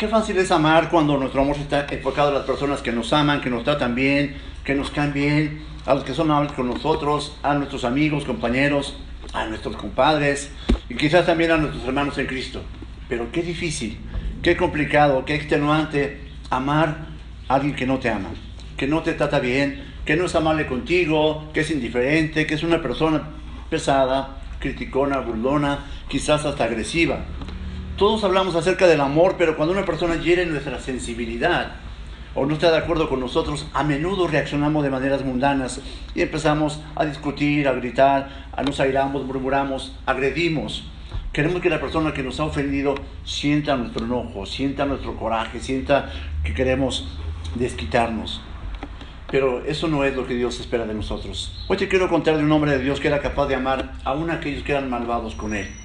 Qué fácil es amar cuando nuestro amor está enfocado a las personas que nos aman, que nos tratan bien, que nos caen bien, a los que son amables con nosotros, a nuestros amigos, compañeros, a nuestros compadres y quizás también a nuestros hermanos en Cristo. Pero qué difícil, qué complicado, qué extenuante amar a alguien que no te ama, que no te trata bien, que no es amable contigo, que es indiferente, que es una persona pesada, criticona, burlona, quizás hasta agresiva. Todos hablamos acerca del amor, pero cuando una persona hiere nuestra sensibilidad o no está de acuerdo con nosotros, a menudo reaccionamos de maneras mundanas y empezamos a discutir, a gritar, nos airamos, murmuramos, agredimos. Queremos que la persona que nos ha ofendido sienta nuestro enojo, sienta nuestro coraje, sienta que queremos desquitarnos. Pero eso no es lo que Dios espera de nosotros. Hoy te quiero contar de un hombre de Dios que era capaz de amar aún a aquellos que eran malvados con él.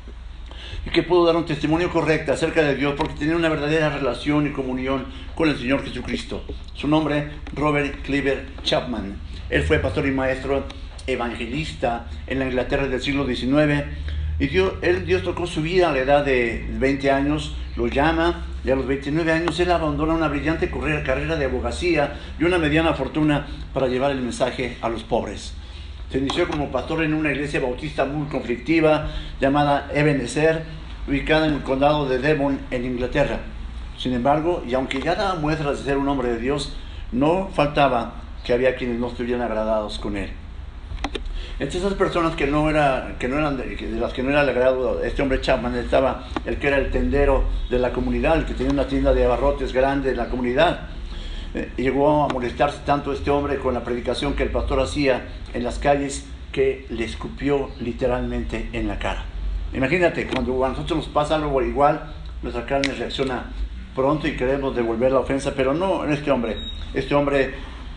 Y que pudo dar un testimonio correcto acerca de Dios porque tenía una verdadera relación y comunión con el Señor Jesucristo. Su nombre, Robert Cleaver Chapman. Él fue pastor y maestro evangelista en la Inglaterra del siglo XIX. Y Dios tocó su vida a la edad de 20 años, lo llama, y a los 29 años él abandona una brillante carrera de abogacía y una mediana fortuna para llevar el mensaje a los pobres. Se inició como pastor en una iglesia bautista muy conflictiva llamada Ebenezer, ubicada en el condado de Devon, en Inglaterra. Sin embargo, y aunque ya daba muestras de ser un hombre de Dios, no faltaba que había quienes no estuvieran agradados con él. Entre esas personas de las que no era el agrado de este hombre Chapman, estaba el que era el tendero de la comunidad, el que tenía una tienda de abarrotes grande en la comunidad. Llegó a molestarse tanto este hombre con la predicación que el pastor hacía en las calles que le escupió literalmente en la cara. Imagínate, cuando a nosotros nos pasa algo igual, nuestra carne reacciona pronto y queremos devolver la ofensa, pero no en este hombre. Este hombre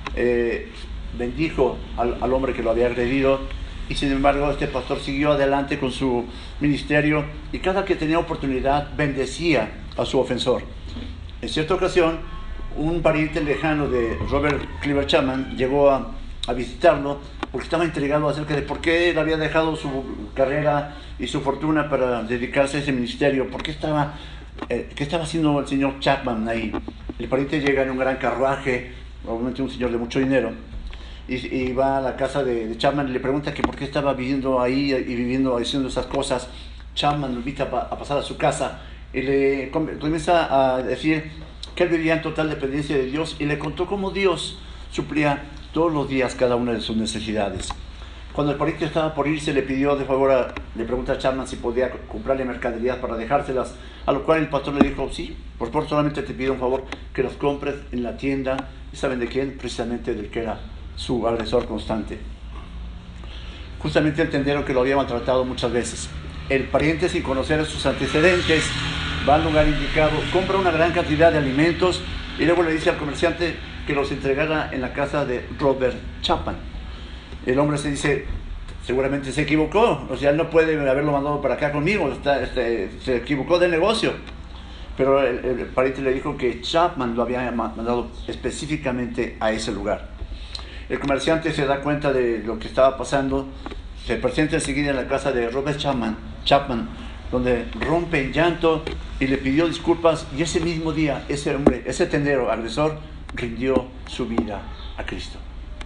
bendijo al hombre que lo había agredido y sin embargo este pastor siguió adelante con su ministerio y cada que tenía oportunidad bendecía a su ofensor. En cierta ocasión, un pariente lejano de Robert Cleaver Chapman llegó a visitarlo porque estaba intrigado acerca de por qué él había dejado su carrera y su fortuna para dedicarse a ese ministerio. ¿Por qué qué estaba haciendo el señor Chapman ahí? El pariente llega en un gran carruaje, obviamente un señor de mucho dinero, y va a la casa de Chapman y le pregunta que por qué estaba viviendo ahí y viviendo, haciendo esas cosas. Chapman lo invita a pasar a su casa y le comienza a decir que él vivía en total dependencia de Dios y le contó cómo Dios suplía todos los días cada una de sus necesidades. Cuando el pariente estaba por irse, le pregunta a Chapman si podía comprarle mercaderías para dejárselas, a lo cual el pastor le dijo, sí, por favor, solamente te pido un favor, que los compres en la tienda. ¿Y saben de quién? Precisamente del que era su agresor constante. Justamente el tendero que lo había maltratado muchas veces. El pariente, sin conocer sus antecedentes, va al lugar indicado, compra una gran cantidad de alimentos y luego le dice al comerciante que los entregara en la casa de Robert Chapman. El hombre se dice, seguramente se equivocó, o sea, él no puede haberlo mandado para acá conmigo, se equivocó de negocio. Pero el pariente le dijo que Chapman lo había mandado específicamente a ese lugar. El comerciante se da cuenta de lo que estaba pasando, se presenta enseguida en la casa de Robert Chapman, donde rompe en llanto y le pidió disculpas, y ese mismo día ese hombre, ese tendero agresor, rindió su vida a Cristo.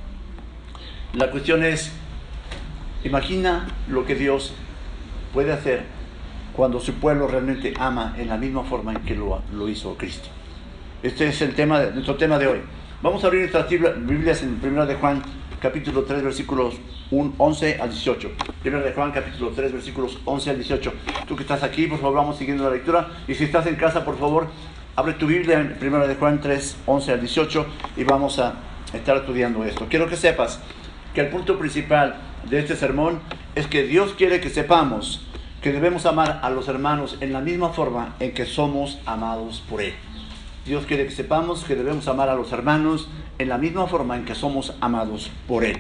La cuestión es, imagina lo que Dios puede hacer cuando su pueblo realmente ama en la misma forma en que lo hizo Cristo. Este es nuestro tema de hoy. Vamos a abrir nuestras Biblias en 1 de Juan, capítulo 3, versículos 11 al 18. 1 de Juan, capítulo 3, versículos 11 al 18. Tú que estás aquí, por favor, vamos siguiendo la lectura. Y si estás en casa, por favor, abre tu Biblia en 1 de Juan 3, 11 al 18 y vamos a estar estudiando esto. Quiero que sepas que el punto principal de este sermón es que Dios quiere que sepamos que debemos amar a los hermanos en la misma forma en que somos amados por Él. Dios quiere que sepamos que debemos amar a los hermanos en la misma forma en que somos amados por Él.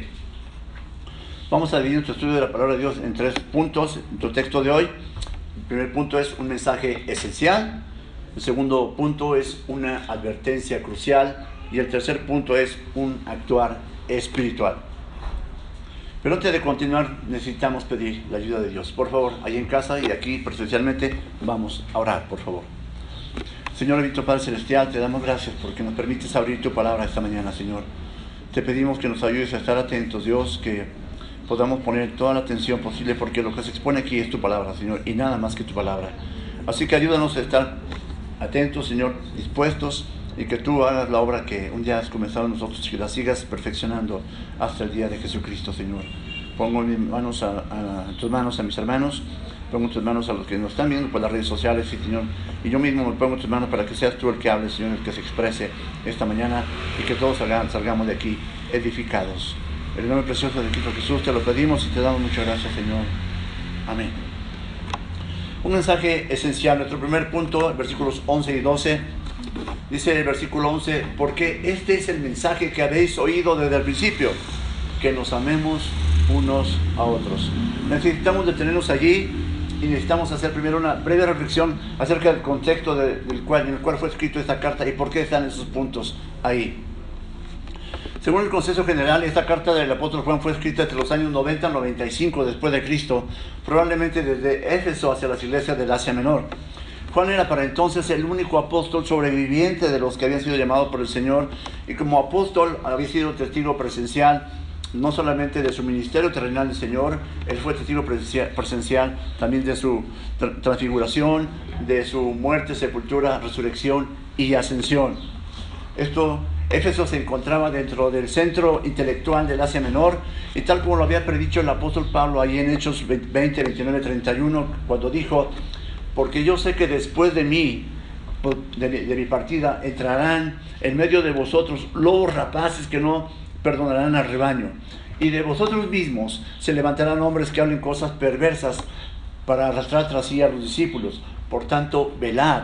Vamos a dividir nuestro estudio de la palabra de Dios en 3 puntos, en nuestro texto de hoy. El primer punto es un mensaje esencial, el segundo punto es una advertencia crucial y el tercer punto es un actuar espiritual. Pero antes de continuar, necesitamos pedir la ayuda de Dios. Por favor, ahí en casa y aquí presencialmente, vamos a orar, por favor. Señor bendito Padre Celestial, te damos gracias porque nos permites abrir tu palabra esta mañana, Señor. Te pedimos que nos ayudes a estar atentos, Dios, que podamos poner toda la atención posible, porque lo que se expone aquí es tu palabra, Señor, y nada más que tu palabra. Así que ayúdanos a estar atentos, Señor, dispuestos, y que tú hagas la obra que un día has comenzado en nosotros y que la sigas perfeccionando hasta el día de Jesucristo, Señor. Pongo en tus manos a mis hermanos, pongo en tus manos a los que nos están viendo por las redes sociales, Señor, y yo mismo me pongo en tus manos para que seas tú el que hable, Señor, el que se exprese esta mañana, y que todos salgamos de aquí edificados. En el nombre precioso de Cristo Jesús te lo pedimos y te damos muchas gracias, Señor. Amén. Un mensaje esencial. Nuestro primer punto, versículos 11 y 12. Dice el versículo 11: porque este es el mensaje que habéis oído desde el principio, que nos amemos unos a otros. Necesitamos detenernos allí y necesitamos hacer primero una breve reflexión acerca del contexto en el cual fue escrita esta carta y por qué están esos puntos ahí. Según el consenso general, esta carta del apóstol Juan fue escrita entre los años 90 y 95 después de Cristo, probablemente desde Éfeso hacia las iglesias del Asia Menor. Juan era para entonces el único apóstol sobreviviente de los que habían sido llamados por el Señor, y como apóstol había sido testigo presencial no solamente de su ministerio terrenal del Señor, él fue testigo presencial también de su transfiguración, de su muerte, sepultura, resurrección y ascensión. Éfeso se encontraba dentro del centro intelectual del Asia Menor, y tal como lo había predicho el apóstol Pablo ahí en Hechos 20, 29, 31, cuando dijo: porque yo sé que después de mí, de mi partida, entrarán en medio de vosotros lobos rapaces que no perdonarán al rebaño, y de vosotros mismos se levantarán hombres que hablen cosas perversas para arrastrar tras sí a los discípulos. Por tanto, velad,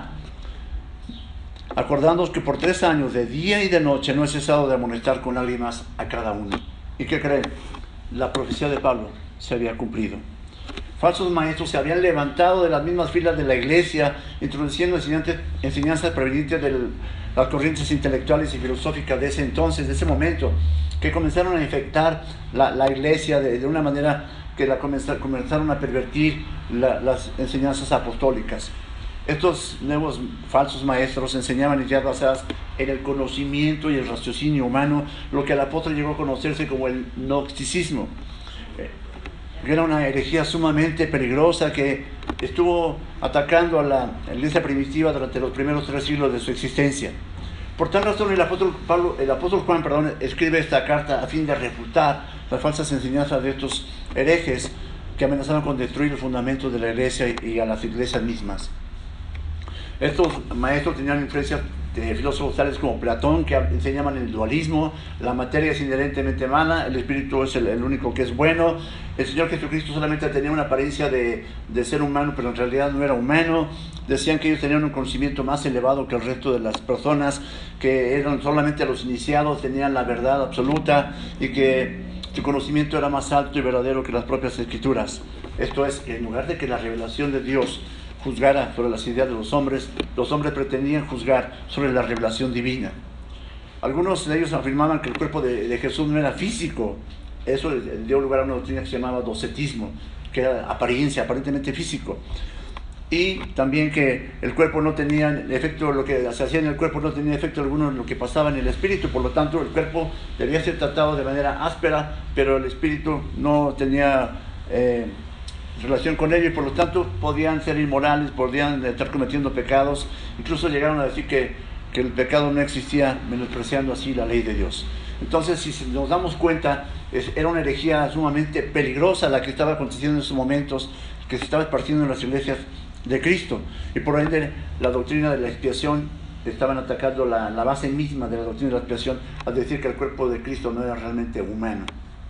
acordándoos que por 3 años, de día y de noche, no he cesado de amonestar con lágrimas a cada uno. ¿Y qué creen? La profecía de Pablo se había cumplido. Falsos maestros se habían levantado de las mismas filas de la iglesia, introduciendo enseñanzas provenientes de las corrientes intelectuales y filosóficas de ese entonces, de ese momento, que comenzaron a infectar la iglesia de una manera que comenzaron a pervertir las enseñanzas apostólicas. Estos nuevos falsos maestros enseñaban ideas basadas en el conocimiento y el raciocinio humano, lo que al apóstol llegó a conocerse como el gnosticismo. Era una herejía sumamente peligrosa que estuvo atacando a la iglesia primitiva durante los primeros 3 siglos de su existencia. Por tal razón, el apóstol Juan escribe esta carta a fin de refutar las falsas enseñanzas de estos herejes que amenazaban con destruir los fundamentos de la iglesia y a las iglesias mismas. Estos maestros tenían influencias de filósofos tales como Platón, que enseñaban el dualismo: la materia es inherentemente mala, el espíritu es el único que es bueno, el Señor Jesucristo solamente tenía una apariencia de ser humano, pero en realidad no era humano. Decían que ellos tenían un conocimiento más elevado que el resto de las personas, que eran solamente los iniciados, tenían la verdad absoluta, y que su conocimiento era más alto y verdadero que las propias escrituras. Esto es, en lugar de que la revelación de Dios juzgara sobre las ideas de los hombres pretendían juzgar sobre la revelación divina. Algunos de ellos afirmaban que el cuerpo de Jesús no era físico. Eso dio lugar a una doctrina que se llamaba docetismo, que era aparentemente físico. Y también que el cuerpo no tenía efecto, lo que se hacía en el cuerpo no tenía efecto alguno en lo que pasaba en el espíritu. Por lo tanto, el cuerpo debía ser tratado de manera áspera, pero el espíritu no tenía relación con ello, y por lo tanto podían ser inmorales, podían estar cometiendo pecados. Incluso llegaron a decir que el pecado no existía, menospreciando así la ley de Dios. Entonces, si nos damos cuenta, era una herejía sumamente peligrosa la que estaba aconteciendo en esos momentos, que se estaba esparciendo en las iglesias de Cristo, y por ende la doctrina de la expiación estaban atacando la base misma de la doctrina de la expiación, al decir que el cuerpo de Cristo no era realmente humano.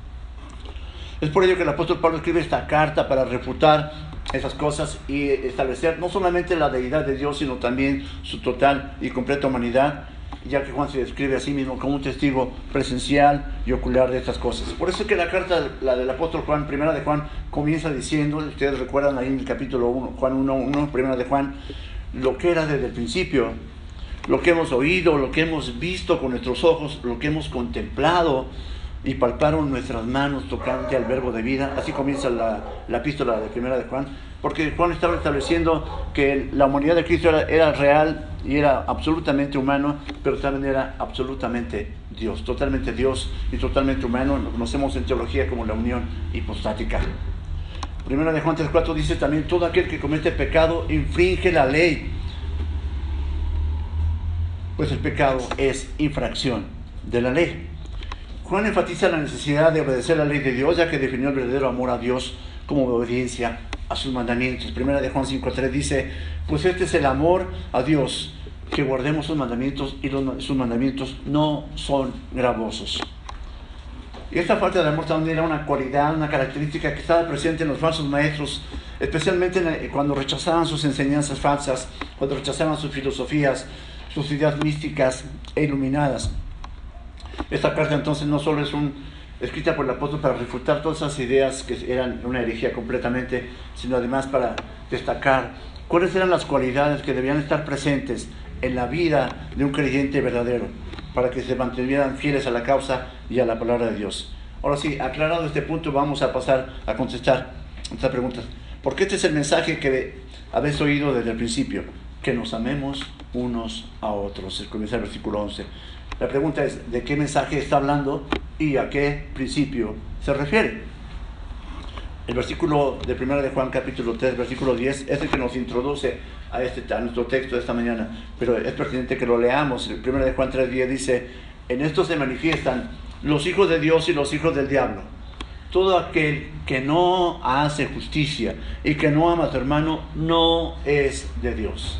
Es por ello que el apóstol Pablo escribe esta carta para refutar esas cosas y establecer no solamente la deidad de Dios, sino también su total y completa humanidad, ya que Juan se describe a sí mismo como un testigo presencial y ocular de estas cosas. Por eso es que la carta, la del apóstol Juan, primera de Juan, comienza diciendo, ustedes recuerdan ahí en el capítulo 1, Juan 1, primera de Juan, lo que era desde el principio, lo que hemos oído, lo que hemos visto con nuestros ojos, lo que hemos contemplado, y palparon nuestras manos tocante al verbo de vida. Así comienza la epístola de Primera de Juan, porque Juan estaba estableciendo que la humanidad de Cristo era real y era absolutamente humano, pero también era absolutamente Dios y totalmente humano. Lo conocemos en teología como la unión hipostática. Primera de Juan 3:4 dice también: todo aquel que comete pecado infringe la ley, pues el pecado es infracción de la ley. Juan enfatiza la necesidad de obedecer la ley de Dios, ya que definió el verdadero amor a Dios como obediencia a sus mandamientos. Primera de Juan 5:3 dice: pues este es el amor a Dios, que guardemos sus mandamientos, y sus mandamientos no son gravosos. Y esta falta de amor también era una cualidad, una característica que estaba presente en los falsos maestros, especialmente cuando rechazaban sus enseñanzas falsas, cuando rechazaban sus filosofías, sus ideas místicas e iluminadas. Esta carta entonces no solo es escrita por el apóstol para refutar todas esas ideas que eran una herejía completamente, sino además para destacar cuáles eran las cualidades que debían estar presentes en la vida de un creyente verdadero, para que se mantuvieran fieles a la causa y a la palabra de Dios. Ahora sí, aclarado este punto, vamos a pasar a contestar estas preguntas. Porque este es el mensaje que habéis oído desde el principio: que nos amemos unos a otros. Comienza el versículo 11. La pregunta es: ¿de qué mensaje está hablando y a qué principio se refiere? El versículo de 1 de Juan capítulo 3, versículo 10, es el que nos introduce a nuestro texto de esta mañana, pero es pertinente que lo leamos. El 1 de Juan 3, 10 dice: en esto se manifiestan los hijos de Dios y los hijos del diablo. Todo aquel que no hace justicia y que no ama a su hermano no es de Dios.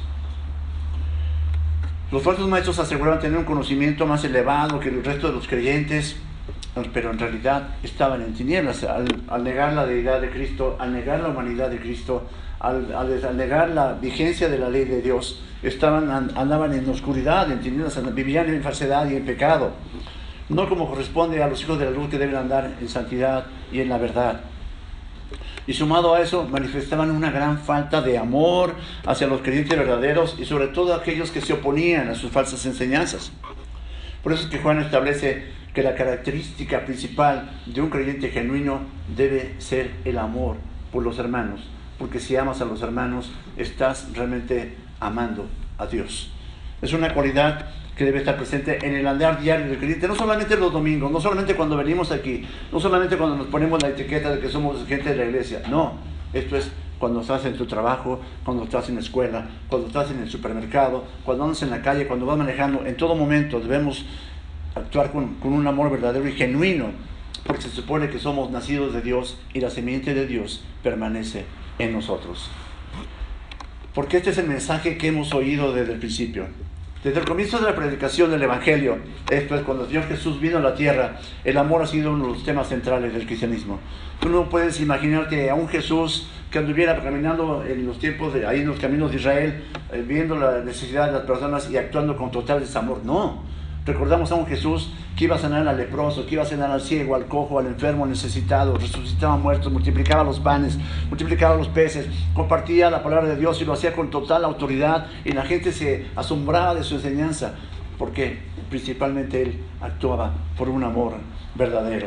Los falsos maestros aseguraban tener un conocimiento más elevado que el resto de los creyentes, pero en realidad estaban en tinieblas. Al negar la deidad de Cristo, al negar la humanidad de Cristo, al negar la vigencia de la ley de Dios, andaban en oscuridad, en tinieblas, vivían en falsedad y en pecado, no como corresponde a los hijos de la luz, que deben andar en santidad y en la verdad. Y sumado a eso, manifestaban una gran falta de amor hacia los creyentes verdaderos y sobre todo a aquellos que se oponían a sus falsas enseñanzas. Por eso es que Juan establece que la característica principal de un creyente genuino debe ser el amor por los hermanos, porque si amas a los hermanos, estás realmente amando a Dios. Es una cualidad que debe estar presente en el andar diario del creyente, no solamente los domingos, no solamente cuando venimos aquí, no solamente cuando nos ponemos la etiqueta de que somos gente de la iglesia. No, esto es cuando estás en tu trabajo, cuando estás en la escuela, cuando estás en el supermercado, cuando andas en la calle, cuando vas manejando. En todo momento debemos actuar con un amor verdadero y genuino, porque se supone que somos nacidos de Dios y la simiente de Dios permanece en nosotros. Porque este es el mensaje que hemos oído desde el principio. Desde el comienzo de la predicación del Evangelio, esto es cuando el Señor Jesús vino a la tierra, el amor ha sido uno de los temas centrales del cristianismo. Tú no puedes imaginarte a un Jesús que anduviera caminando en los tiempos, ahí en los caminos de Israel, viendo la necesidad de las personas y actuando con total desamor. No. Recordamos a un Jesús que iba a sanar al leproso, que iba a sanar al ciego, al cojo, al enfermo, al necesitado, resucitaba muertos, multiplicaba los panes, multiplicaba los peces, compartía la palabra de Dios y lo hacía con total autoridad, y la gente se asombraba de su enseñanza, porque principalmente él actuaba por un amor verdadero.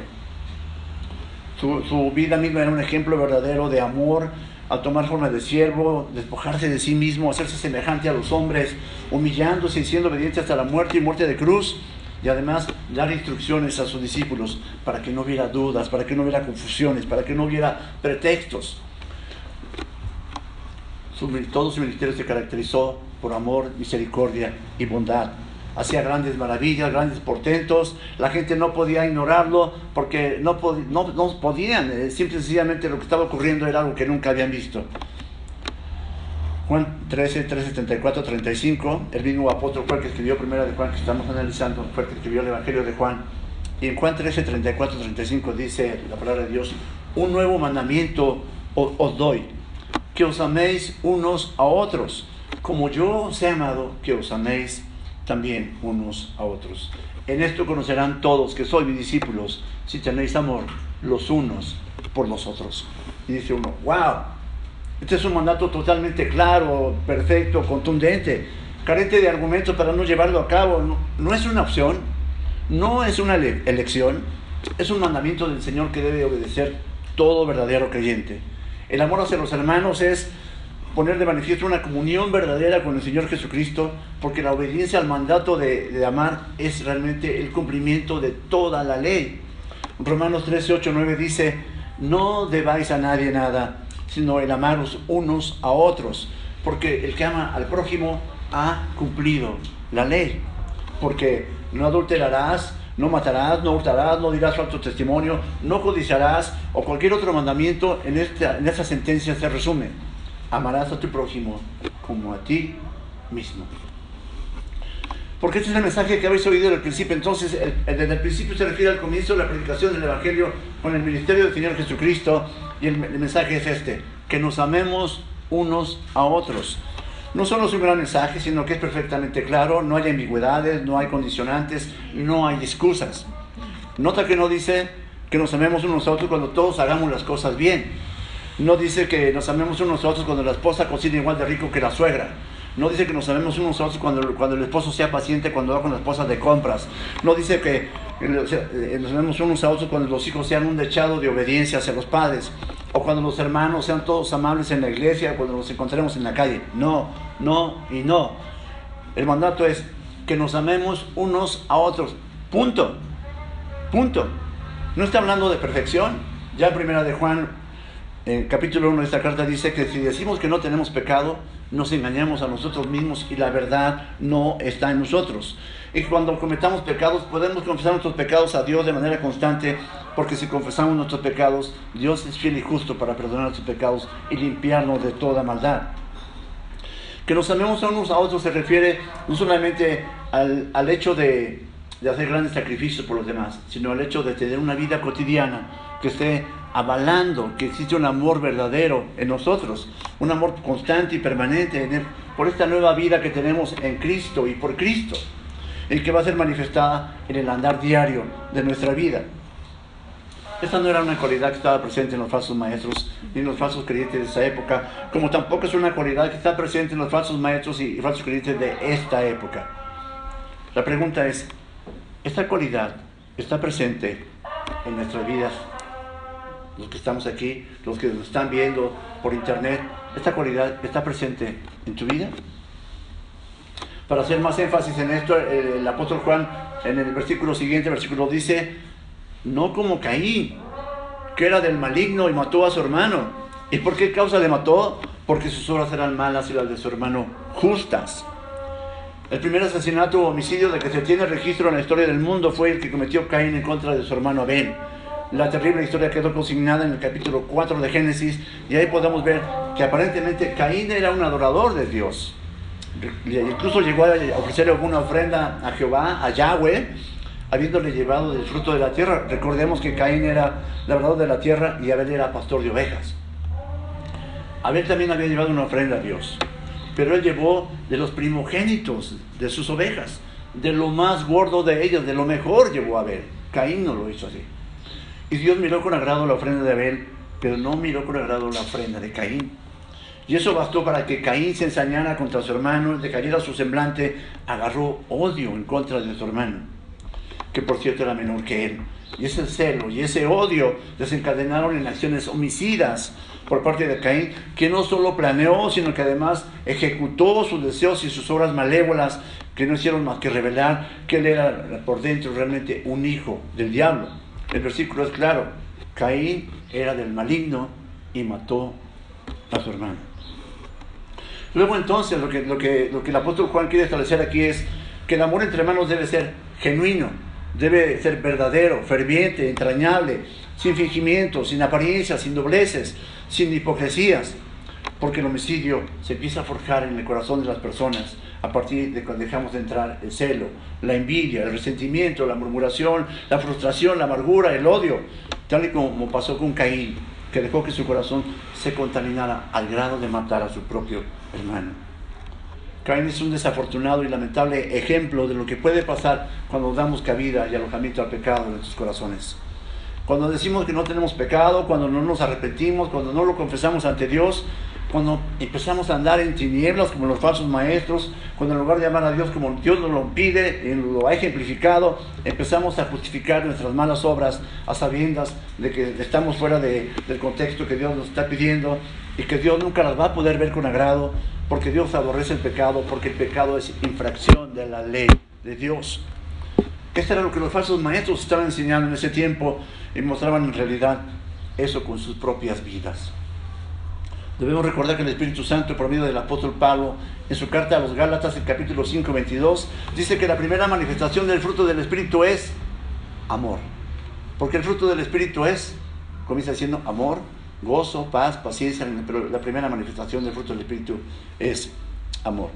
Su vida misma era un ejemplo verdadero de amor, al tomar forma de siervo, despojarse de sí mismo, hacerse semejante a los hombres, humillándose y siendo obediente hasta la muerte y muerte de cruz, y además dar instrucciones a sus discípulos para que no hubiera dudas, para que no hubiera confusiones, para que no hubiera pretextos. Todo su ministerio se caracterizó por amor, misericordia y bondad. Hacía grandes maravillas, grandes portentos. La gente no podía ignorarlo porque no podían. Simple y sencillamente lo que estaba ocurriendo era algo que nunca habían visto. Juan 13, 34, 35, el mismo apóstol fue el que escribió Primera de Juan, que estamos analizando, fue el que escribió el Evangelio de Juan. Y en Juan 13, 34, 35 dice la palabra de Dios: un nuevo mandamiento os doy, que os améis unos a otros, como yo os he amado, que os améis también unos a otros. En esto conocerán todos que sois mis discípulos, si tenéis amor los unos por los otros. Y dice uno: wow, este es un mandato totalmente claro, perfecto, contundente, carente de argumentos para no llevarlo a cabo. No es una opción, no es una elección, Es un mandamiento del Señor que debe obedecer todo verdadero creyente. El amor hacia los hermanos es poner de manifiesto una comunión verdadera con el Señor Jesucristo, porque la obediencia al mandato de amar es realmente el cumplimiento de toda la ley. Romanos 13, 8, 9 dice: no debáis a nadie nada, sino el amaros unos a otros, porque el que ama al prójimo ha cumplido la ley. Porque no adulterarás, no matarás, no hurtarás, no dirás falso testimonio, no codiciarás, o cualquier otro mandamiento. En esta sentencia se resume: amarás a tu prójimo como a ti mismo. Porque este es el mensaje que habéis oído desde el principio. Entonces, desde el principio se refiere al comienzo de la predicación del Evangelio con el ministerio del Señor Jesucristo, y el mensaje es este: que nos amemos unos a otros. No solo es un gran mensaje, sino que es perfectamente claro, no hay ambigüedades, no hay condicionantes, no hay excusas. Nota que no dice que nos amemos unos a otros cuando todos hagamos las cosas bien. No dice que nos amemos unos a otros cuando la esposa cocina igual de rico que la suegra. No dice que nos amemos unos a otros cuando el esposo sea paciente cuando va con la esposa de compras. No dice que nos amemos unos a otros cuando los hijos sean un dechado de obediencia hacia los padres, o cuando los hermanos sean todos amables en la iglesia, cuando los encontremos en la calle. No, no y no. El mandato es que nos amemos unos a otros. Punto. Punto. No está hablando de perfección. Ya en Primera de Juan, en capítulo 1 de esta carta, dice que si decimos que no tenemos pecado, nos engañamos a nosotros mismos y la verdad no está en nosotros. Y cuando cometamos pecados, podemos confesar nuestros pecados a Dios de manera constante, porque si confesamos nuestros pecados, Dios es fiel y justo para perdonar nuestros pecados y limpiarnos de toda maldad. Que nos amemos a unos a otros se refiere no solamente al hecho de hacer grandes sacrificios por los demás, sino al hecho de tener una vida cotidiana que esté avalando que existe un amor verdadero en nosotros, un amor constante y permanente por esta nueva vida que tenemos en Cristo y por Cristo, y que va a ser manifestada en el andar diario de nuestra vida. Esta no era una cualidad que estaba presente en los falsos maestros ni en los falsos creyentes de esa época, como tampoco es una cualidad que está presente en los falsos maestros y falsos creyentes de esta época. La pregunta es: ¿esta cualidad está presente en nuestras vidas? Los que estamos aquí, los que nos están viendo por internet, ¿esta cualidad está presente en tu vida? Para hacer más énfasis en esto, el apóstol Juan en el versículo siguiente, versículo dice: no como Caín, que era del maligno y mató a su hermano. ¿Y por qué causa le mató? Porque sus obras eran malas y las de su hermano justas. El primer asesinato o homicidio de que se tiene registro en la historia del mundo fue el que cometió Caín en contra de su hermano Abel. La terrible historia quedó consignada en el capítulo 4 de Génesis, y ahí podemos ver que aparentemente Caín era un adorador de Dios. Incluso llegó a ofrecerle alguna ofrenda a Jehová, a Yahweh, habiéndole llevado del fruto de la tierra. Recordemos que Caín era labrador de la tierra y Abel era pastor de ovejas. Abel también había llevado una ofrenda a Dios, pero él llevó de los primogénitos de sus ovejas, de lo más gordo de ellos, de lo mejor llevó a Abel. Caín no lo hizo así. Y Dios miró con agrado la ofrenda de Abel, pero no miró con agrado la ofrenda de Caín. Y eso bastó para que Caín se ensañara contra su hermano, decayera su semblante, agarró odio en contra de su hermano, que por cierto era menor que él. Y ese celo y ese odio desencadenaron en acciones homicidas por parte de Caín, que no solo planeó, sino que además ejecutó sus deseos y sus obras malévolas, que no hicieron más que revelar que él era por dentro realmente un hijo del diablo. El versículo es claro: Caín era del maligno y mató a su hermano. Luego entonces lo que el apóstol Juan quiere establecer aquí es que el amor entre hermanos debe ser genuino, debe ser verdadero, ferviente, entrañable, sin fingimiento, sin apariencias, sin dobleces, sin hipocresías, porque el homicidio se empieza a forjar en el corazón de las personas a partir de cuando dejamos de entrar el celo, la envidia, el resentimiento, la murmuración, la frustración, la amargura, el odio, tal y como pasó con Caín, que dejó que su corazón se contaminara al grado de matar a su propio hermano. Caín es un desafortunado y lamentable ejemplo de lo que puede pasar cuando damos cabida y alojamiento al pecado en nuestros corazones. Cuando decimos que no tenemos pecado, cuando no nos arrepentimos, cuando no lo confesamos ante Dios, cuando empezamos a andar en tinieblas como los falsos maestros, cuando en lugar de llamar a Dios como Dios nos lo pide y lo ha ejemplificado, empezamos a justificar nuestras malas obras a sabiendas de que estamos fuera del contexto que Dios nos está pidiendo y que Dios nunca las va a poder ver con agrado, porque Dios aborrece el pecado, porque el pecado es infracción de la ley de Dios. Esto era lo que los falsos maestros estaban enseñando en ese tiempo y mostraban en realidad eso con sus propias vidas. Debemos recordar que el Espíritu Santo, por medio del apóstol Pablo, en su carta a los Gálatas, en capítulo 5, 22, dice que la primera manifestación del fruto del Espíritu es amor. Porque el fruto del Espíritu comienza diciendo amor, gozo, paz, paciencia, pero la primera manifestación del fruto del Espíritu es amor.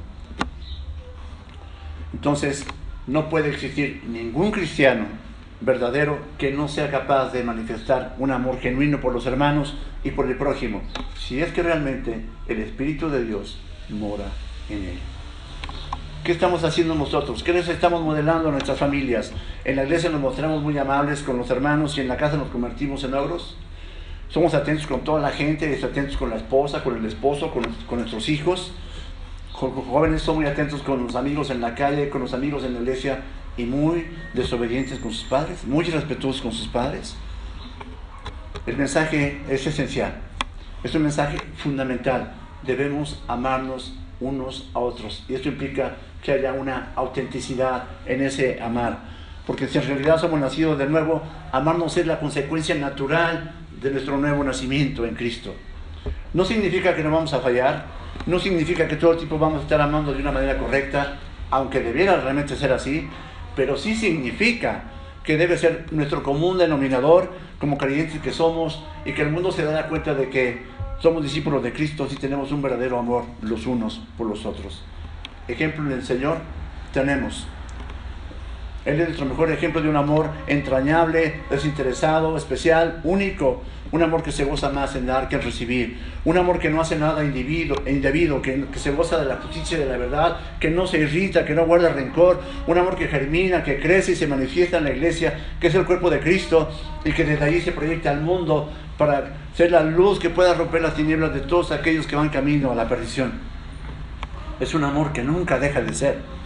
Entonces, no puede existir ningún cristiano verdadero que no sea capaz de manifestar un amor genuino por los hermanos y por el prójimo, si es que realmente el Espíritu de Dios mora en él. ¿Qué estamos haciendo nosotros? ¿Qué les estamos modelando a nuestras familias? En la iglesia nos mostramos muy amables con los hermanos y en la casa nos convertimos en ogros. Somos atentos con toda la gente, atentos con la esposa, con el esposo, con nuestros hijos. Jóvenes son muy atentos con los amigos en la calle, con los amigos en la iglesia, y muy desobedientes con sus padres, muy irrespetuosos con sus padres. El mensaje es esencial, es un mensaje fundamental. Debemos amarnos unos a otros, y esto implica que haya una autenticidad en ese amar, porque si en realidad somos nacidos de nuevo, amarnos es la consecuencia natural de nuestro nuevo nacimiento en Cristo. No significa que no vamos a fallar, no significa que todo el tiempo vamos a estar amando de una manera correcta, aunque debiera realmente ser así, pero sí significa que debe ser nuestro común denominador como creyentes que somos, y que el mundo se dará cuenta de que somos discípulos de Cristo si tenemos un verdadero amor los unos por los otros. Ejemplo en el Señor tenemos. Él es nuestro mejor ejemplo de un amor entrañable, desinteresado, especial, único. Un amor que se goza más en dar que en recibir. Un amor que no hace nada indebido, que se goza de la justicia y de la verdad, que no se irrita, que no guarda rencor. Un amor que germina, que crece y se manifiesta en la iglesia, que es el cuerpo de Cristo, y que desde allí se proyecta al mundo para ser la luz que pueda romper las tinieblas de todos aquellos que van camino a la perdición. Es un amor que nunca deja de ser.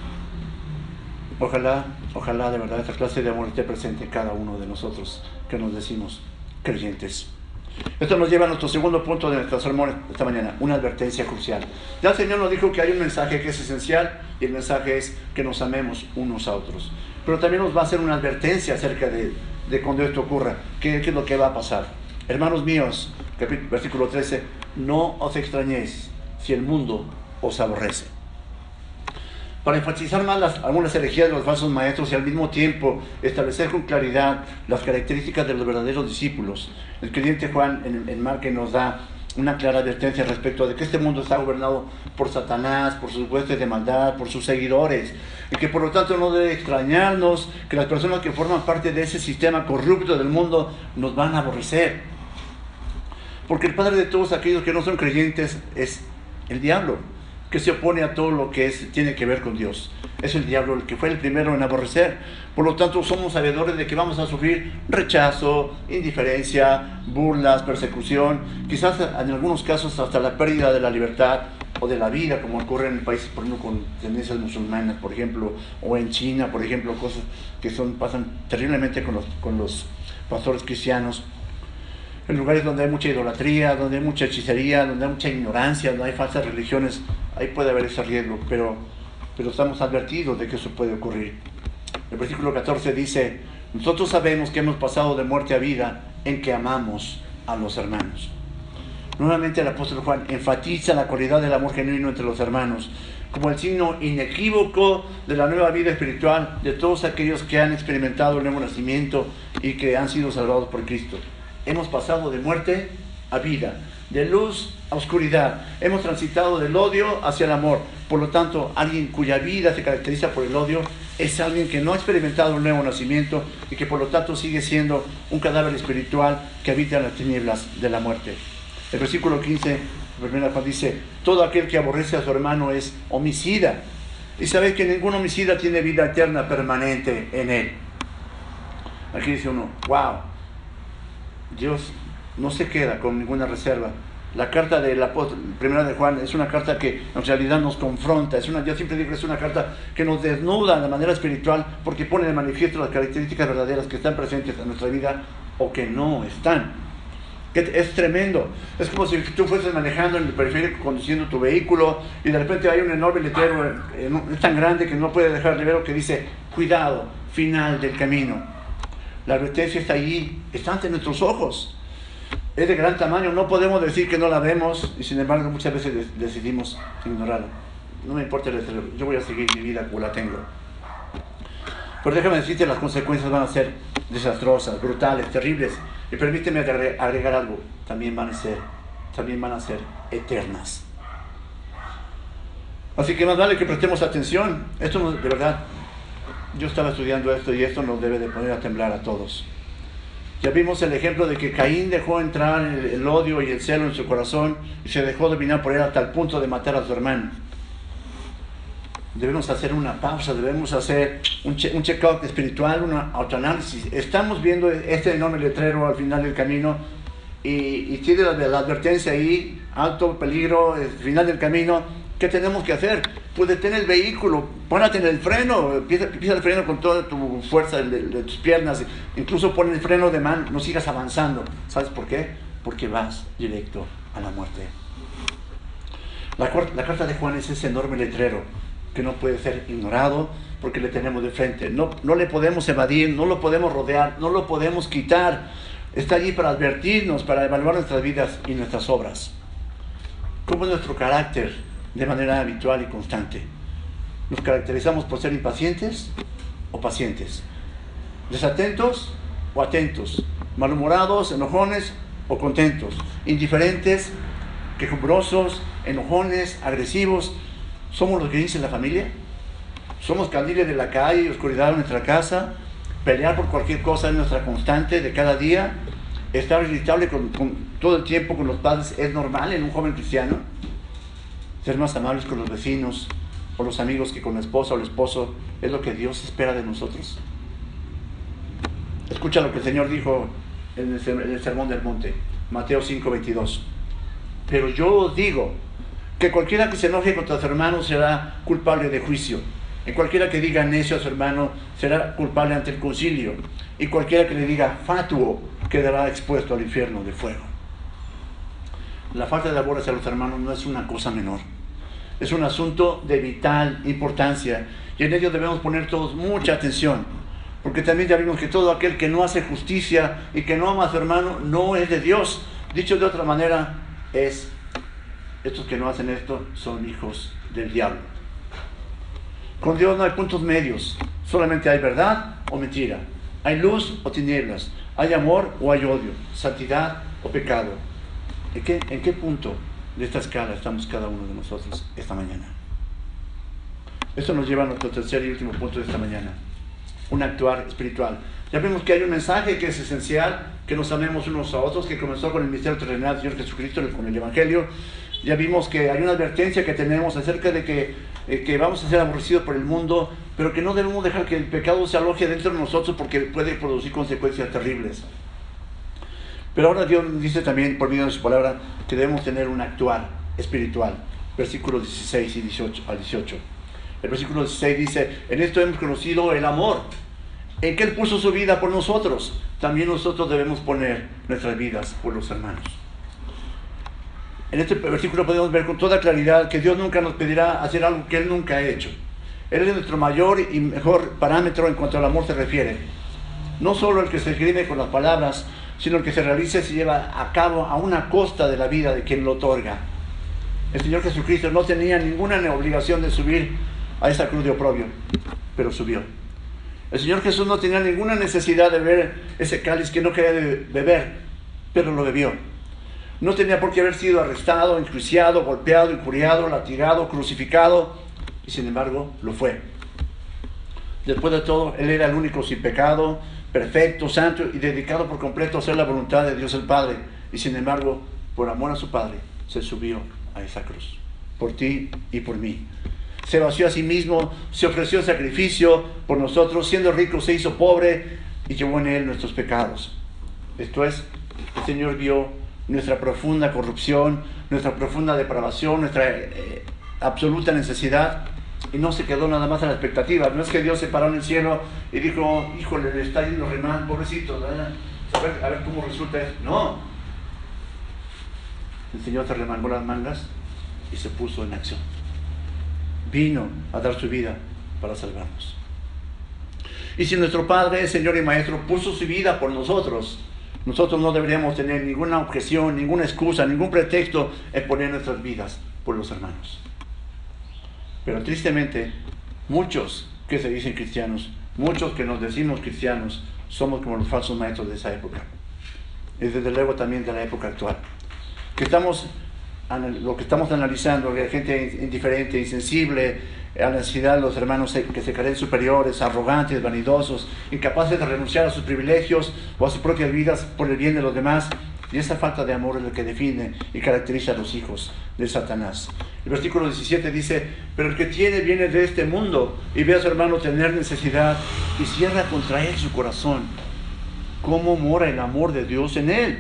Ojalá de verdad esta clase de amor esté presente en cada uno de nosotros que nos decimos creyentes. Esto nos lleva a nuestro segundo punto de nuestro sermón esta mañana, una advertencia crucial. Ya el Señor nos dijo que hay un mensaje que es esencial, y el mensaje es que nos amemos unos a otros. Pero también nos va a hacer una advertencia acerca de cuando esto ocurra, qué es lo que va a pasar. Hermanos míos, versículo 13, no os extrañéis si el mundo os aborrece. Para enfatizar más algunas herejías de los falsos maestros y al mismo tiempo establecer con claridad las características de los verdaderos discípulos, el creyente Juan en Marcos nos da una clara advertencia respecto de que este mundo está gobernado por Satanás, por sus huestes de maldad, por sus seguidores, y que por lo tanto no debe extrañarnos que las personas que forman parte de ese sistema corrupto del mundo nos van a aborrecer. Porque el padre de todos aquellos que no son creyentes es el diablo, que se opone a todo lo que tiene que ver con Dios. Es el diablo el que fue el primero en aborrecer. Por lo tanto, somos sabedores de que vamos a sufrir rechazo, indiferencia, burlas, persecución, quizás en algunos casos hasta la pérdida de la libertad o de la vida, como ocurre en países, por ejemplo, con tendencias musulmanas, por ejemplo, o en China, por ejemplo, cosas que pasan terriblemente con los pastores cristianos. En lugares donde hay mucha idolatría, donde hay mucha hechicería, donde hay mucha ignorancia, donde hay falsas religiones, ahí puede haber ese riesgo, pero estamos advertidos de que eso puede ocurrir. El versículo 14 dice, nosotros sabemos que hemos pasado de muerte a vida en que amamos a los hermanos. Nuevamente el apóstol Juan enfatiza la cualidad del amor genuino entre los hermanos, como el signo inequívoco de la nueva vida espiritual de todos aquellos que han experimentado el nuevo nacimiento y que han sido salvados por Cristo. Hemos pasado de muerte a vida, de luz a oscuridad. Hemos transitado del odio hacia el amor. Por lo tanto, alguien cuya vida se caracteriza por el odio es alguien que no ha experimentado un nuevo nacimiento y que por lo tanto sigue siendo un cadáver espiritual que habita en las tinieblas de la muerte. El versículo 15, primera Juan dice, todo aquel que aborrece a su hermano es homicida. Y sabéis que ningún homicida tiene vida eterna permanente en él. Aquí dice uno, wow, Dios no se queda con ninguna reserva La carta de la primera de Juan es una carta que en realidad nos confronta. Yo siempre digo que es una carta que nos desnuda de manera espiritual porque pone de manifiesto las características verdaderas que están presentes en nuestra vida o que no están. Es tremendo. Es como si tú fueses manejando en el periférico, conduciendo tu vehículo y de repente hay un enorme letrero, es tan grande que no puedes dejar de ver, lo que dice: cuidado, final del camino. La advertencia está allí, está ante nuestros ojos. Es de gran tamaño, no podemos decir que no la vemos y sin embargo muchas veces decidimos ignorarla. No me importa el letrero, yo voy a seguir mi vida como la tengo. Pero déjame decirte, las consecuencias van a ser desastrosas, brutales, terribles. Y permíteme agregar algo, también van a ser eternas. Así que más vale que prestemos atención. Esto de verdad, yo estaba estudiando esto y esto nos debe de poner a temblar a todos. Ya vimos el ejemplo de que Caín dejó entrar el odio y el celo en su corazón y se dejó dominar por él hasta el punto de matar a su hermano. Debemos hacer una pausa, debemos hacer un check-up espiritual, un autoanálisis. Estamos viendo este enorme letrero al final del camino y tiene la advertencia ahí: alto peligro, el final del camino. ¿Qué tenemos que hacer? Pues detén el vehículo, párate en el freno, pisa el freno con toda tu fuerza de tus piernas, incluso pon el freno de mano, no sigas avanzando. ¿Sabes por qué? Porque vas directo a la muerte. La carta de Juan es ese enorme letrero que no puede ser ignorado porque le tenemos de frente. No le podemos evadir, no lo podemos rodear, no lo podemos quitar. Está allí para advertirnos, para evaluar nuestras vidas y nuestras obras. ¿Cómo es nuestro carácter de manera habitual y constante? ¿Nos caracterizamos por ser impacientes o pacientes? ¿Desatentos o atentos? ¿Malhumorados, enojones o contentos? ¿Indiferentes, quejumbrosos, enojones, agresivos? ¿Somos los Grinch en la familia? ¿Somos candiles de la calle y oscuridad en nuestra casa? ¿Pelear por cualquier cosa es nuestra constante de cada día? ¿Estar irritable con todo el tiempo con los padres es normal en un joven cristiano? ¿Ser más amables con los vecinos o los amigos que con la esposa o el esposo es lo que Dios espera de nosotros? Escucha lo que el Señor dijo en el Sermón del Monte, Mateo 5:22. Pero yo os digo que cualquiera que se enoje contra su hermano será culpable de juicio. Y cualquiera que diga necio a su hermano será culpable ante el concilio. Y cualquiera que le diga fatuo quedará expuesto al infierno de fuego. La falta de amor hacia los hermanos no es una cosa menor. Es un asunto de vital importancia. Y en ello debemos poner todos mucha atención. Porque también ya vimos que todo aquel que no hace justicia y que no ama a su hermano no es de Dios. Dicho de otra manera, estos que no hacen esto son hijos del diablo. Con Dios no hay puntos medios. Solamente hay verdad o mentira. Hay luz o tinieblas. Hay amor o hay odio. Santidad o pecado. ¿En qué punto de esta escala estamos cada uno de nosotros esta mañana? Esto nos lleva a nuestro tercer y último punto de esta mañana. Un actuar espiritual. Ya vemos que hay un mensaje que es esencial, que nos amemos unos a otros, que comenzó con el misterio terrenal del Señor Jesucristo, con el Evangelio. Ya vimos que hay una advertencia que tenemos acerca de que vamos a ser aborrecidos por el mundo, pero que no debemos dejar que el pecado se aloje dentro de nosotros porque puede producir consecuencias terribles. Pero ahora Dios dice también, por medio de su palabra, que debemos tener un actuar espiritual. Versículos 16 y 18. El versículo 16 dice: en esto hemos conocido el amor, en que Él puso su vida por nosotros. También nosotros debemos poner nuestras vidas por los hermanos. En este versículo podemos ver con toda claridad que Dios nunca nos pedirá hacer algo que Él nunca ha hecho. Él es nuestro mayor y mejor parámetro en cuanto al amor se refiere. No solo el que se escribe con las palabras, sino el que se realiza y se lleva a cabo a una costa de la vida de quien lo otorga. El Señor Jesucristo no tenía ninguna obligación de subir a esa cruz de oprobio, pero subió. El Señor Jesús no tenía ninguna necesidad de beber ese cáliz que no quería beber, pero lo bebió. No tenía por qué haber sido arrestado, enjuiciado, golpeado, injuriado, latigado, crucificado, y sin embargo lo fue. Después de todo, Él era el único sin pecado, perfecto, santo y dedicado por completo a hacer la voluntad de Dios el Padre. Y sin embargo, por amor a su Padre, se subió a esa cruz, por ti y por mí. Se vació a sí mismo, se ofreció en sacrificio por nosotros, siendo rico se hizo pobre y llevó en Él nuestros pecados. Esto es, el Señor vio nuestra profunda corrupción, nuestra profunda depravación, nuestra absoluta necesidad, y no se quedó nada más a la expectativa. No es que Dios se paró en el cielo y dijo, híjole, le está yendo re mal, pobrecito, a ver cómo resulta eso. No. El Señor se remangó las mangas y se puso en acción. Vino a dar su vida para salvarnos. Y si nuestro Padre, Señor y Maestro, puso su vida por nosotros, nosotros no deberíamos tener ninguna objeción, ninguna excusa, ningún pretexto en poner nuestras vidas por los hermanos. Pero tristemente, muchos que se dicen cristianos, muchos que nos decimos cristianos, somos como los falsos maestros de esa época. Y desde luego también de la época actual. Lo que estamos analizando, la gente indiferente, insensible a la necesidad de los hermanos que se creen superiores, arrogantes, vanidosos, incapaces de renunciar a sus privilegios o a sus propias vidas por el bien de los demás. Y esa falta de amor es lo que define y caracteriza a los hijos de Satanás. El versículo 17 dice, pero el que tiene bienes de este mundo y ve a su hermano tener necesidad y cierra contra él su corazón, ¿cómo mora el amor de Dios en él?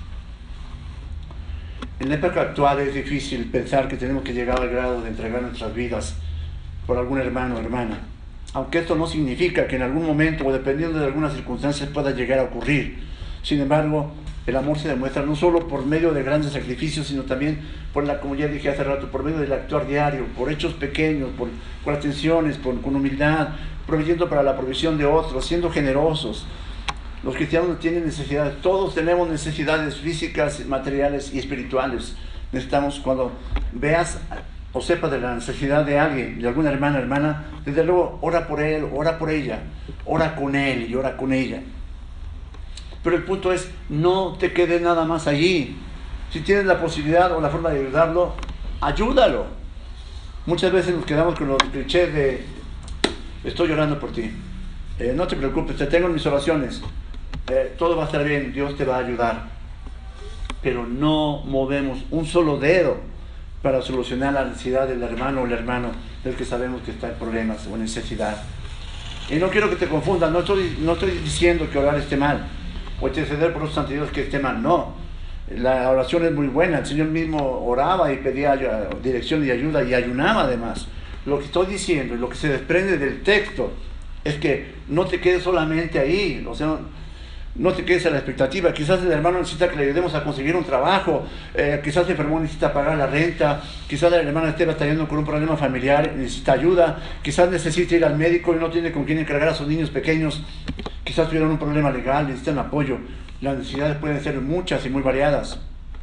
En la época actual es difícil pensar que tenemos que llegar al grado de entregar nuestras vidas por algún hermano o hermana, aunque esto no significa que en algún momento o dependiendo de algunas circunstancias pueda llegar a ocurrir. Sin embargo, el amor se demuestra no solo por medio de grandes sacrificios, sino también como ya dije hace rato, por medio del actuar diario, por hechos pequeños, por atenciones, con humildad, proveyendo para la provisión de otros, siendo generosos. Los cristianos tienen necesidades, todos tenemos necesidades físicas, materiales y espirituales. Necesitamos, cuando veas o sepas de la necesidad de alguien, de alguna hermana, desde luego ora por él, ora por ella, ora con él y ora con ella. Pero el punto es, no te quedes nada más allí. Si tienes la posibilidad o la forma de ayudarlo, ayúdalo. Muchas veces nos quedamos con los clichés de, estoy llorando por ti, no te preocupes, te tengo en mis oraciones, todo va a estar bien, Dios te va a ayudar. Pero no movemos un solo dedo para solucionar la necesidad del hermano o el hermano del que sabemos que está en problemas o necesidad. Y no quiero que te confundas, no estoy diciendo que orar esté mal, o interceder por los santos que esté mal, no. La oración es muy buena, el Señor mismo oraba y pedía dirección y ayuda y ayunaba además. Lo que estoy diciendo y lo que se desprende del texto es que no te quedes solamente ahí, o sea, no te quedes a la expectativa. Quizás el hermano necesita que le ayudemos a conseguir un trabajo, quizás el enfermo necesita pagar la renta, quizás el hermano esté batallando con un problema familiar, necesita ayuda, quizás necesita ir al médico y no tiene con quién encargar a sus niños pequeños, quizás tuvieron un problema legal, necesitan apoyo. Las necesidades pueden ser muchas y muy variadas.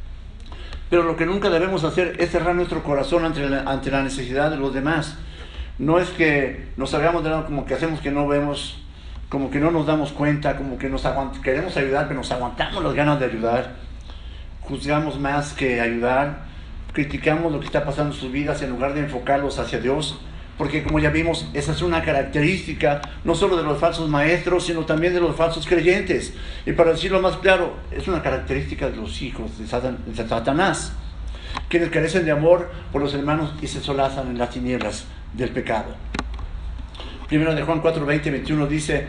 Pero lo que nunca debemos hacer es cerrar nuestro corazón ante la necesidad de los demás. No es que nos hagamos de lado como que hacemos que no vemos, como que no nos damos cuenta, como que queremos ayudar, pero nos aguantamos las ganas de ayudar. Juzgamos más que ayudar. Criticamos lo que está pasando en sus vidas en lugar de enfocarlos hacia Dios. Porque como ya vimos, esa es una característica no solo de los falsos maestros, sino también de los falsos creyentes. Y para decirlo más claro, es una característica de los hijos de Satanás, quienes carecen de amor por los hermanos y se solazan en las tinieblas del pecado. Primero de Juan 4, 20, 21 dice,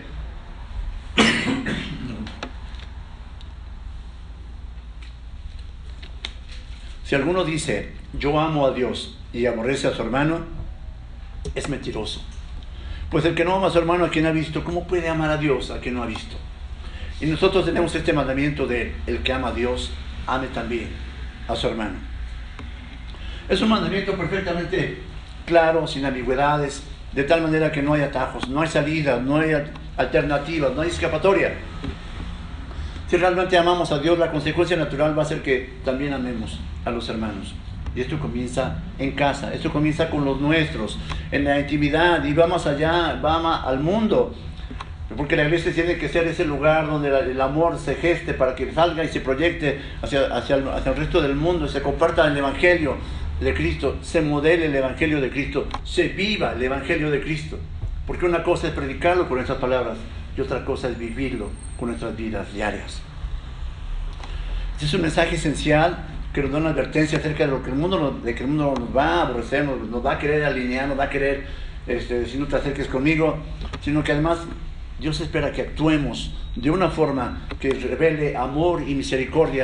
si alguno dice, yo amo a Dios y aborrece a su hermano, es mentiroso. Pues el que no ama a su hermano a quien ha visto, ¿cómo puede amar a Dios a quien no ha visto? Y nosotros tenemos este mandamiento de el que ama a Dios, ame también a su hermano. Es un mandamiento perfectamente claro, sin ambigüedades, de tal manera que no hay atajos, no hay salidas, no hay alternativas, no hay escapatoria. Si realmente amamos a Dios, la consecuencia natural va a ser que también amemos a los hermanos. Y esto comienza en casa, esto comienza con los nuestros, en la intimidad, y va más allá, va al mundo. Porque la iglesia tiene que ser ese lugar donde el amor se geste para que salga y se proyecte hacia el resto del mundo, se comparta el Evangelio de Cristo, se modele el Evangelio de Cristo, se viva el Evangelio de Cristo. Porque una cosa es predicarlo con nuestras palabras y otra cosa es vivirlo con nuestras vidas diarias. Este es un mensaje esencial que nos da una advertencia acerca de lo que el mundo nos va a aborrecer, nos va a querer alinear, nos va a querer si no te acerques conmigo, sino que además Dios espera que actuemos de una forma que revele amor y misericordia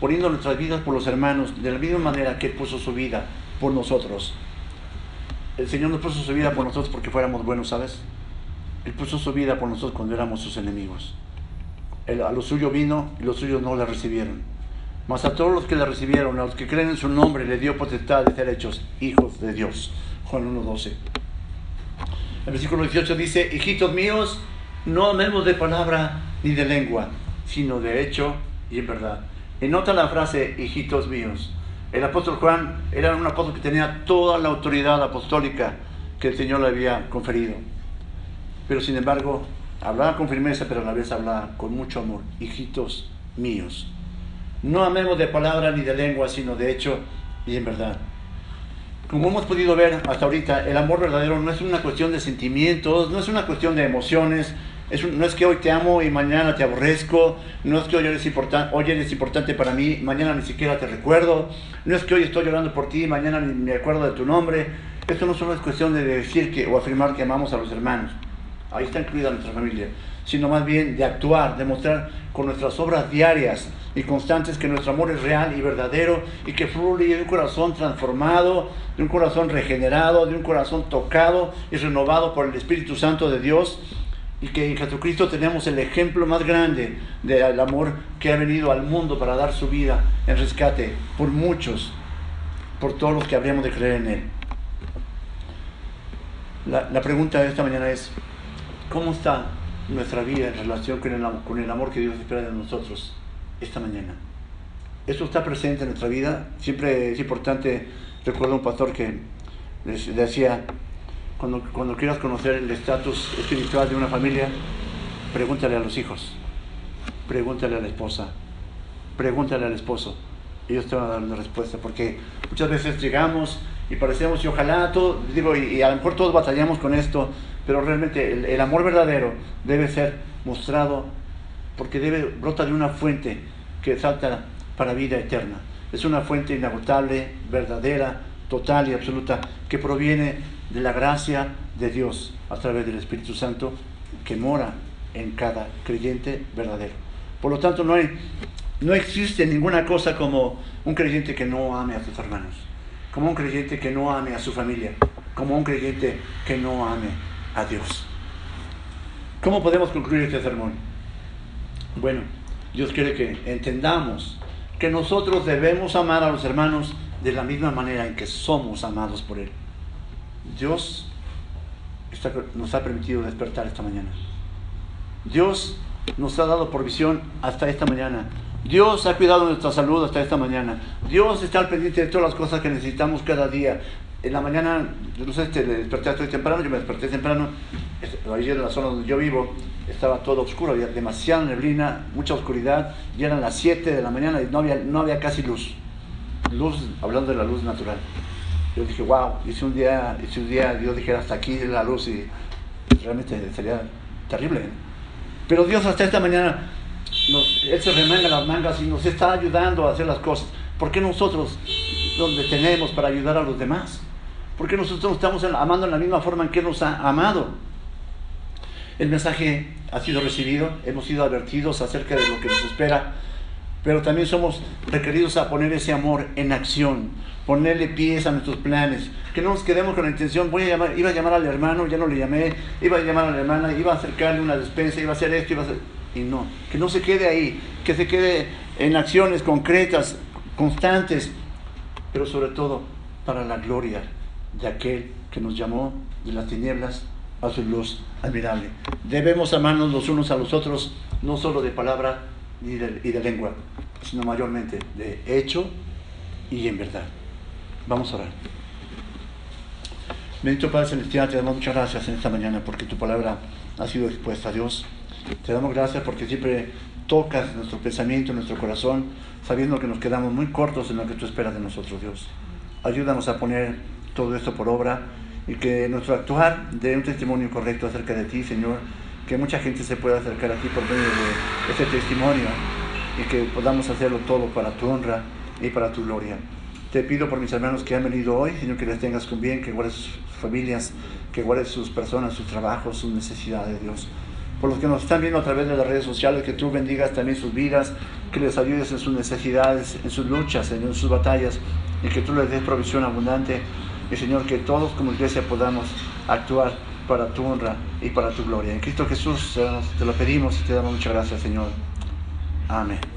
poniendo nuestras vidas por los hermanos, de la misma manera que Él puso su vida por nosotros. El Señor nos puso su vida por nosotros porque fuéramos buenos, ¿sabes? Él puso su vida por nosotros cuando éramos sus enemigos. Él a lo suyo vino y los suyos no le recibieron. Mas a todos los que le recibieron, a los que creen en su nombre, le dio potestad de ser hechos hijos de Dios. Juan 1:12. El versículo 18 dice: hijitos míos, no amemos de palabra ni de lengua, sino de hecho y en verdad. Y nota la frase, hijitos míos. El apóstol Juan era un apóstol que tenía toda la autoridad apostólica que el Señor le había conferido. Pero sin embargo, hablaba con firmeza, pero a la vez hablaba con mucho amor. Hijitos míos, no amemos de palabra ni de lengua, sino de hecho y en verdad. Como hemos podido ver hasta ahorita, el amor verdadero no es una cuestión de sentimientos, no es una cuestión de emociones, no es que hoy te amo y mañana te aborrezco, no es que hoy eres importante para mí, mañana ni siquiera te recuerdo, no es que hoy estoy llorando por ti y mañana ni me acuerdo de tu nombre. Esto no solo es cuestión de decir o afirmar que amamos a los hermanos, ahí está incluida nuestra familia, sino más bien de actuar, de mostrar con nuestras obras diarias y constantes que nuestro amor es real y verdadero y que fluye de un corazón transformado, de un corazón regenerado, de un corazón tocado y renovado por el Espíritu Santo de Dios, y que en Jesucristo tenemos el ejemplo más grande del amor que ha venido al mundo para dar su vida en rescate por muchos, por todos los que habríamos de creer en Él. La pregunta de esta mañana es: ¿cómo está nuestra vida en relación con el amor que Dios espera de nosotros esta mañana? ¿Esto está presente en nuestra vida? Siempre es importante. Recuerdo un pastor que le decía: cuando quieras conocer el estatus espiritual de una familia, pregúntale a los hijos, pregúntale a la esposa, pregúntale al esposo. Ellos te van a dar una respuesta, porque muchas veces llegamos y parecemos, y ojalá todo, y a lo mejor todos batallamos con esto, pero realmente el amor verdadero debe ser mostrado, porque brota de una fuente que salta para vida eterna. Es una fuente inagotable, verdadera, total y absoluta, que proviene de la gracia de Dios a través del Espíritu Santo que mora en cada creyente verdadero. Por lo tanto, no existe ninguna cosa como un creyente que no ame a sus hermanos, como un creyente que no ame a su familia, como un creyente que no ame a Dios. ¿Cómo podemos concluir este sermón? Bueno, Dios quiere que entendamos que nosotros debemos amar a los hermanos de la misma manera en que somos amados por Él. Dios nos ha permitido despertar esta mañana. Dios nos ha dado provisión hasta esta mañana. Dios ha cuidado nuestra salud hasta esta mañana. Dios está al pendiente de todas las cosas que necesitamos cada día. En la mañana, no sé, te desperté hasta temprano, yo me desperté temprano. Ayer en la zona donde yo vivo estaba todo oscuro, había demasiada neblina, mucha oscuridad. Ya eran las 7 de la mañana y no había casi luz. Hablando de la luz natural. Yo dije, wow, y si un día Dios dijera hasta aquí la luz, y realmente sería terrible. Pero Dios hasta esta mañana, Él se remanga las mangas y nos está ayudando a hacer las cosas. ¿Por qué nosotros nos detenemos para ayudar a los demás? ¿Por qué nosotros estamos amando en la misma forma en que Él nos ha amado? El mensaje ha sido recibido, hemos sido advertidos acerca de lo que nos espera, pero también somos requeridos a poner ese amor en acción, ponerle pies a nuestros planes, que no nos quedemos con la intención, iba a llamar al hermano, ya no le llamé, iba a llamar a la hermana, iba a acercarle una despensa, iba a hacer esto, y no, que no se quede ahí, que se quede en acciones concretas, constantes, pero sobre todo para la gloria de aquel que nos llamó de las tinieblas a su luz admirable. Debemos amarnos los unos a los otros, no solo de palabra y de lengua, sino mayormente de hecho y en verdad. Vamos a orar. Bendito Padre Celestial, te damos muchas gracias en esta mañana porque tu palabra ha sido expuesta a Dios. Te damos gracias porque siempre tocas nuestro pensamiento, nuestro corazón, sabiendo que nos quedamos muy cortos en lo que tú esperas de nosotros, Dios. Ayúdanos a poner todo esto por obra y que nuestro actuar dé un testimonio correcto acerca de ti, Señor, que mucha gente se pueda acercar a ti por medio de este testimonio y que podamos hacerlo todo para tu honra y para tu gloria. Te pido por mis hermanos que han venido hoy, Señor, que les tengas con bien, que guardes sus familias, que guardes sus personas, sus trabajos, sus necesidades, Dios. por los que nos están viendo a través de las redes sociales, que tú bendigas también sus vidas, que les ayudes en sus necesidades, en sus luchas, en sus batallas, y que tú les des provisión abundante. Y Señor, que todos como iglesia podamos actuar para tu honra y para tu gloria. En Cristo Jesús te lo pedimos y te damos muchas gracias, Señor. Amén.